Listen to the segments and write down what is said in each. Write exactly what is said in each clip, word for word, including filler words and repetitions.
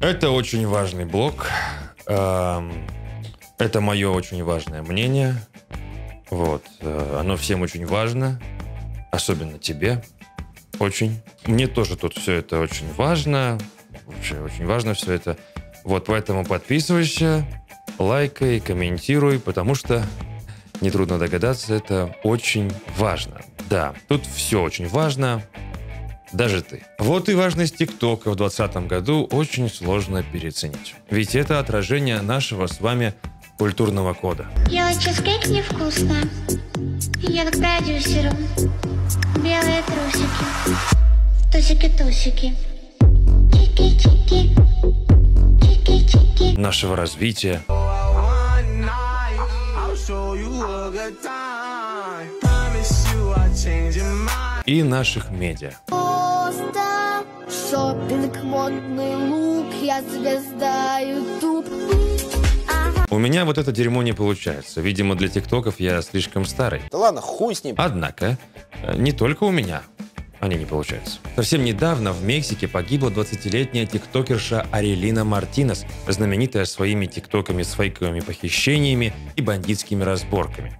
Это очень важный блог. Это мое очень важное мнение. Вот. Оно всем очень важно. Особенно тебе. Очень. Мне тоже тут все это очень важно. Вообще очень важно все это. Вот поэтому подписывайся, лайкай, комментируй, потому что, нетрудно догадаться, это очень важно. Да, тут все очень важно. Даже ты. Вот и важность ТикТока в двадцатом году очень сложно переоценить. Ведь это отражение нашего с вами культурного кода. Делать чизкейк невкусно. Еду к продюсеру. Белые трусики. Тусики-тусики. Чики-чики. Чики-чики. Нашего развития. И наших медиа. Шопинг, модный лук, я звезда ютуб. У меня вот это дерьмо не получается. Видимо, для тиктоков я слишком старый. Да ладно, хуй с ним. Однако, не только у меня они не получаются. Совсем недавно в Мексике погибла двадцатилетняя тиктокерша Арелина Мартинес, знаменитая своими тиктоками с фейковыми похищениями и бандитскими разборками.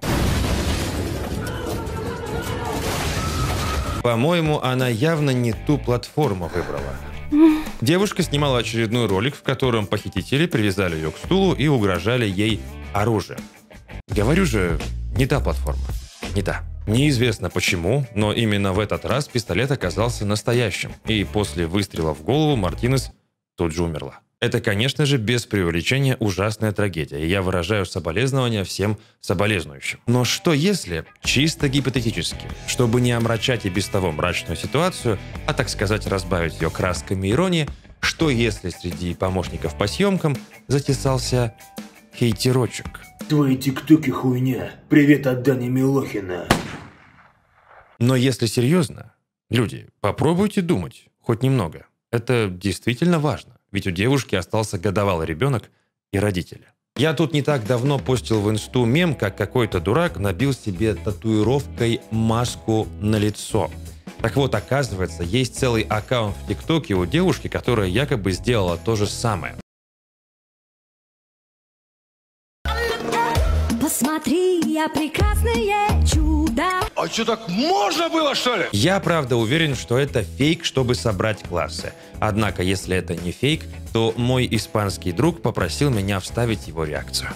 По-моему, она явно не ту платформу выбрала. Девушка снимала очередной ролик, в котором похитители привязали ее к стулу и угрожали ей оружием. Говорю же, не та платформа. Не та. Неизвестно почему, но именно в этот раз пистолет оказался настоящим. И после выстрела в голову Мартинес тут же умерла. Это, конечно же, без преувеличения ужасная трагедия, и я выражаю соболезнования всем соболезнующим. Но что если, чисто гипотетически, чтобы не омрачать и без того мрачную ситуацию, а, так сказать, разбавить ее красками иронии, что если среди помощников по съемкам затесался хейтерочек? Твои тиктоки хуйня. Привет от Дани Милохина. Но если серьезно, люди, попробуйте думать хоть немного. Это действительно важно. Ведь у девушки остался годовалый ребенок и родители. Я тут не так давно постил в инсту мем, как какой-то дурак набил себе татуировкой маску на лицо. Так вот, оказывается, есть целый аккаунт в ТикТоке у девушки, которая якобы сделала то же самое. Посмотри, я прекрасное чудо. А что, так можно было, что ли? Я, правда, уверен, что это фейк, чтобы собрать классы. Однако, если это не фейк, то мой испанский друг попросил меня вставить его реакцию.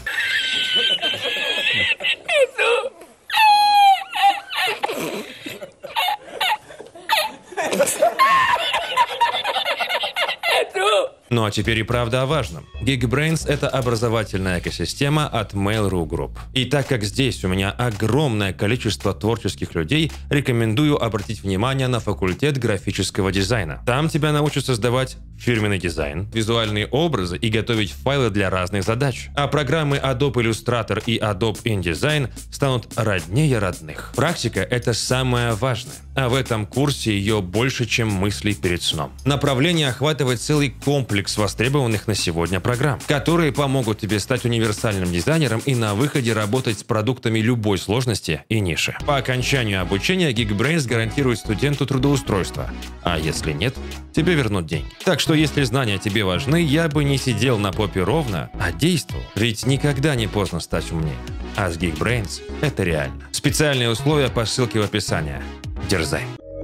Ну а теперь и правда о важном. Geekbrains — это образовательная экосистема от Mail.ru Group. И так как здесь у меня огромное количество творческих людей, рекомендую обратить внимание на факультет графического дизайна. Там тебя научат создавать фирменный дизайн, визуальные образы и готовить файлы для разных задач. А программы Adobe Illustrator и Adobe InDesign станут роднее родных. Практика — это самое важное. А в этом курсе ее больше, чем мысли перед сном. Направление охватывает целый комплекс востребованных на сегодня программ, которые помогут тебе стать универсальным дизайнером и на выходе работать с продуктами любой сложности и ниши. По окончанию обучения Geekbrains гарантирует студенту трудоустройство, а если нет, тебе вернут деньги. Так что если знания тебе важны, я бы не сидел на попе ровно, а действовал. Ведь никогда не поздно стать умнее. А с Geekbrains это реально. Специальные условия по ссылке в описании. Дерзай.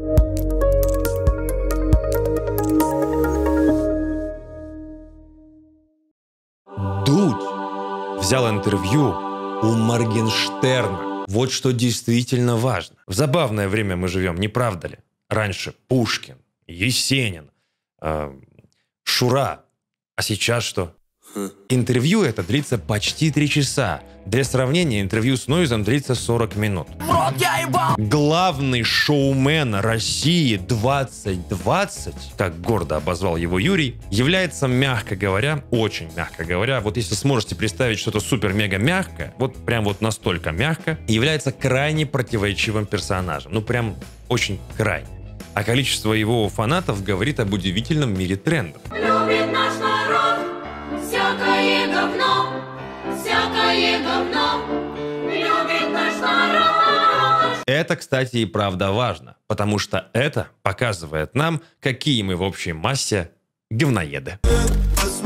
Дудь взял интервью у Моргенштерна. Вот что действительно важно. В забавное время мы живем, не правда ли? Раньше Пушкин, Есенин, э, Шура. А сейчас что? Интервью это длится почти три часа. Для сравнения, интервью с Нойзом длится сорок минут. Главный шоумен России двадцать двадцать, как гордо обозвал его Юрий, является, мягко говоря, очень мягко говоря, вот если сможете представить что-то супер-мега мягкое, вот прям вот настолько мягко, является крайне противоречивым персонажем. Ну прям очень крайне. А количество его фанатов говорит об удивительном мире трендов. Любит наш народ всякое говно, всякое говно, любит наш народ. Это, кстати, и правда важно, потому что это показывает нам, какие мы в общей массе говноеды.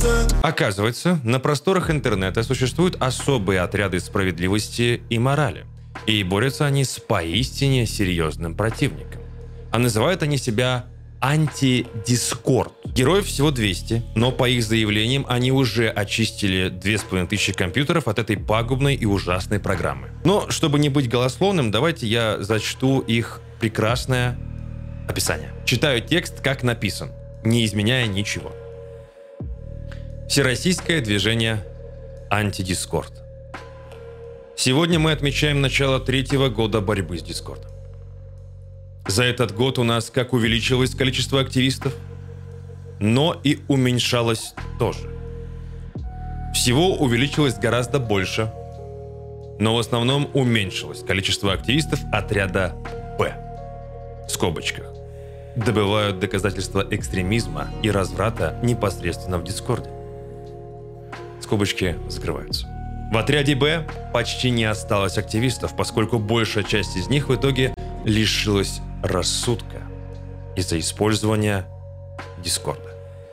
Оказывается, на просторах интернета существуют особые отряды справедливости и морали. И борются они с поистине серьезным противником. А называют они себя анти-дискорд. Героев всего двести, но по их заявлениям они уже очистили две с половиной тысячи компьютеров от этой пагубной и ужасной программы. Но, чтобы не быть голословным, давайте я зачту их прекрасное описание. Читаю текст, как написан, не изменяя ничего. Всероссийское движение «Антидискорд». Сегодня мы отмечаем начало третьего года борьбы с Дискордом. За этот год у нас как увеличилось количество активистов, но и уменьшалось тоже. Всего увеличилось гораздо больше, но в основном уменьшилось количество активистов отряда «Б». В скобочках. Добывают доказательства экстремизма и разврата непосредственно в Дискорде. Скобочки закрываются. В отряде «Б» почти не осталось активистов, поскольку большая часть из них в итоге лишилась рассудка из-за использования Дискорда.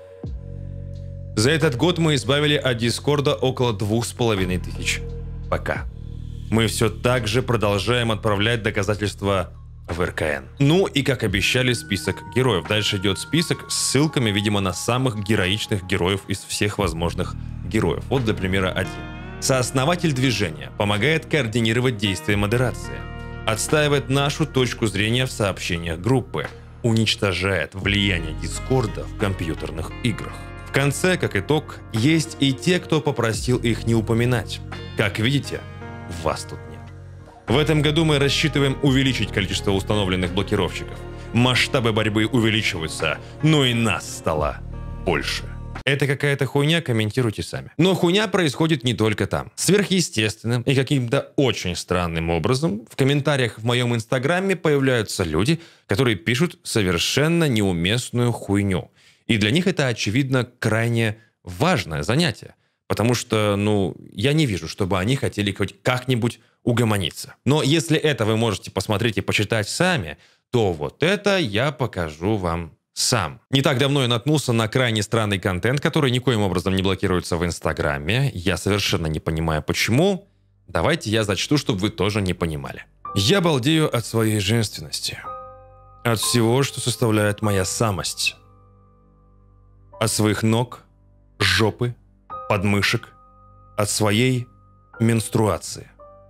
За этот год мы избавили от Дискорда около двух с половиной тысяч. Пока. Мы все так же продолжаем отправлять доказательства в эр ка эн. Ну и, как обещали, список героев. Дальше идет список с ссылками, видимо, на самых героичных героев из всех возможных героев. Вот для примера один. Сооснователь движения, помогает координировать действия модерации, отстаивает нашу точку зрения в сообщениях группы, уничтожает влияние Дискорда в компьютерных играх. В конце, как итог, есть и те, кто попросил их не упоминать. Как видите, вас тут нет. В этом году мы рассчитываем увеличить количество установленных блокировщиков. Масштабы борьбы увеличиваются, но и нас стало больше. Это какая-то хуйня, комментируйте сами. Но хуйня происходит не только там. Сверхъестественным и каким-то очень странным образом в комментариях в моем инстаграме появляются люди, которые пишут совершенно неуместную хуйню. И для них это, очевидно, крайне важное занятие. Потому что, ну, я не вижу, чтобы они хотели хоть как-нибудь угомониться. Но если это вы можете посмотреть и почитать сами, то вот это я покажу вам сам. Не так давно я наткнулся на крайне странный контент, который никоим образом не блокируется в Инстаграме. Я совершенно не понимаю, почему. Давайте я зачту, чтобы вы тоже не понимали. Я балдею от своей женственности. От всего, что составляет моя самость. От своих ног, жопы, подмышек. От своей менструации.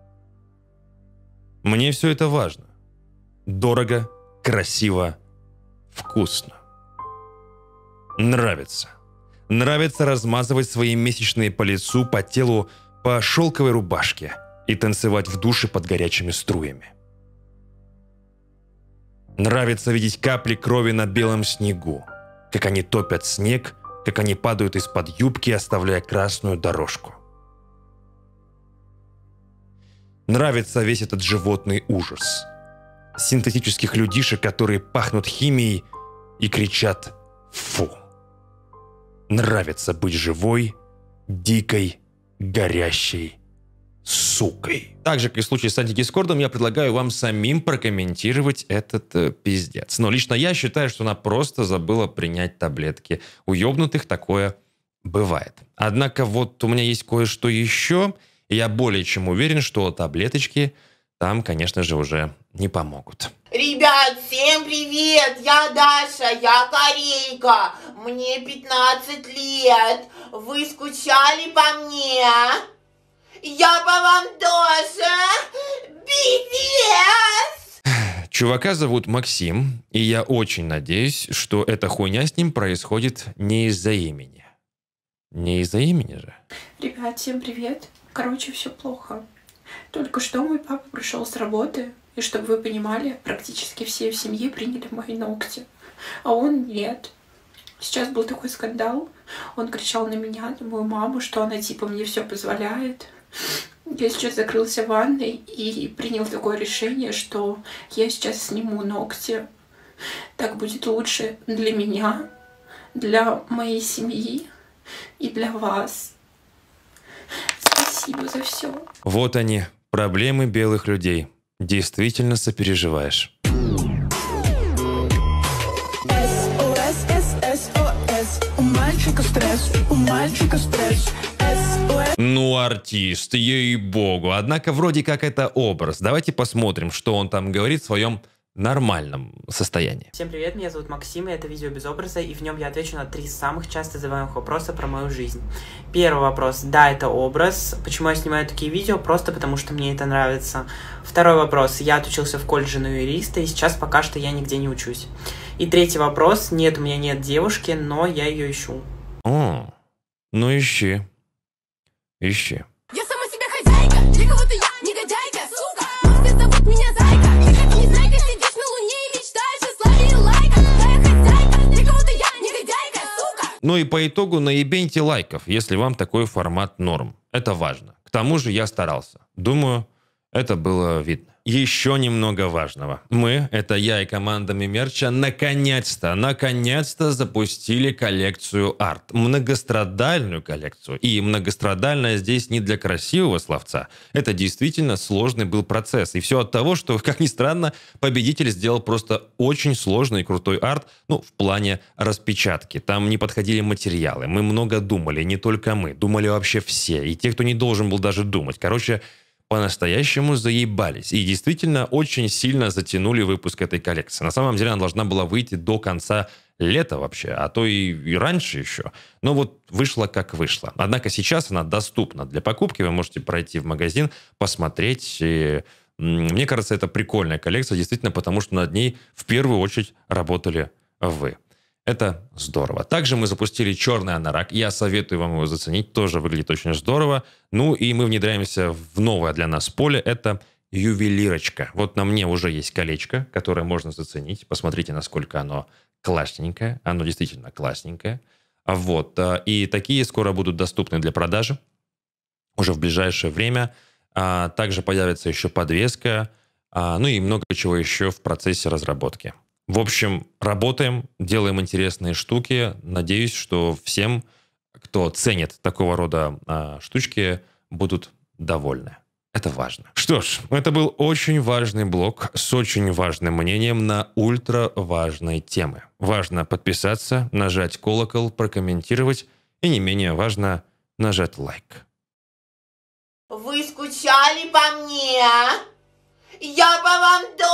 Мне все это важно. Дорого, красиво, вкусно. Нравится. Нравится размазывать свои месячные по лицу, по телу, по шелковой рубашке и танцевать в душе под горячими струями. Нравится видеть капли крови на белом снегу, как они топят снег, как они падают из-под юбки, оставляя красную дорожку. Нравится весь этот животный ужас. Синтетических людишек, которые пахнут химией и кричат «фу». Нравится быть живой, дикой, горящей сукой. Так же, как и в случае с антидискордом, я предлагаю вам самим прокомментировать этот э, пиздец. Но лично я считаю, что она просто забыла принять таблетки. У ёбнутых такое бывает. Однако вот у меня есть кое-что еще, и я более чем уверен, что таблеточки там, конечно же, уже не помогут. Ребят, всем привет! Я Даша, я корейка. Мне пятнадцать лет. Вы скучали по мне? Я по вам тоже. би ти эс! Чувака зовут Максим, и я очень надеюсь, что эта хуйня с ним происходит не из-за имени. Не из-за имени же. Ребят, всем привет. Короче, все плохо. Только что мой папа пришел с работы, и чтобы вы понимали, практически все в семье приняли мои ногти, а он нет. Сейчас был такой скандал, он кричал на меня, на мою маму, что она типа мне все позволяет. Я сейчас закрылся в ванной и принял такое решение, что я сейчас сниму ногти. Так будет лучше для меня, для моей семьи и для вас. Спасибо за все. Вот они, проблемы белых людей. Действительно сопереживаешь. эс о эс, эс эс о эс. У мальчика мальчика стресс, у мальчика стресс. Ну, артист, ей-богу. Однако вроде как это образ. Давайте посмотрим, что он там говорит в своем нормальном состоянии. Всем привет, меня зовут Максим, и это видео без образа, и в нем я отвечу на три самых часто задаваемых вопроса про мою жизнь. Первый вопрос: да, это образ. Почему я снимаю такие видео? Просто потому что мне это нравится. Второй вопрос: я отучился в колледже на юриста, и сейчас пока что я нигде не учусь. И третий вопрос: нет, у меня нет девушки, но я ее ищу. О, ну ищи. Ищи. Я сама себе хозяйка, для кого-то я негодяйка, сука. Но все зовут меня Зайка. Ты как незнайка, сидишь на луне и мечтаешь о славе и лайках. Да, я хозяйка, для кого-то я негодяйка, сука. Ну и по итогу наебеньте лайков, если вам такой формат норм. Это важно. К тому же я старался. Думаю, это было видно. Еще немного важного. Мы, это я и команда Мемерча, наконец-то, наконец-то запустили коллекцию арт. Многострадальную коллекцию. И многострадальная здесь не для красивого словца. Это действительно сложный был процесс. И все от того, что, как ни странно, победитель сделал просто очень сложный и крутой арт, ну, в плане распечатки. Там не подходили материалы. Мы много думали, не только мы. Думали вообще все. И те, кто не должен был даже думать. Короче, по-настоящему заебались. И действительно очень сильно затянули выпуск этой коллекции. На самом деле она должна была выйти до конца лета вообще, а то и, и раньше еще. Но вот вышла как вышла. Однако сейчас она доступна для покупки. Вы можете пройти в магазин, посмотреть. И, мне кажется, это прикольная коллекция, действительно, потому что над ней в первую очередь работали вы. Это здорово. Также мы запустили черный анорак. Я советую вам его заценить. Тоже выглядит очень здорово. Ну и мы внедряемся в новое для нас поле. Это ювелирочка. Вот на мне уже есть колечко, которое можно заценить. Посмотрите, насколько оно классненькое. Оно действительно классненькое. Вот. И такие скоро будут доступны для продажи. Уже в ближайшее время. Также появится еще подвеска. Ну и много чего еще в процессе разработки. В общем, работаем, делаем интересные штуки. Надеюсь, что всем, кто ценит такого рода а, штучки, будут довольны. Это важно. Что ж, это был очень важный блог с очень важным мнением на ультра важной темы. Важно подписаться, нажать колокол, прокомментировать и не менее важно нажать лайк. Вы скучали по мне? Я по вам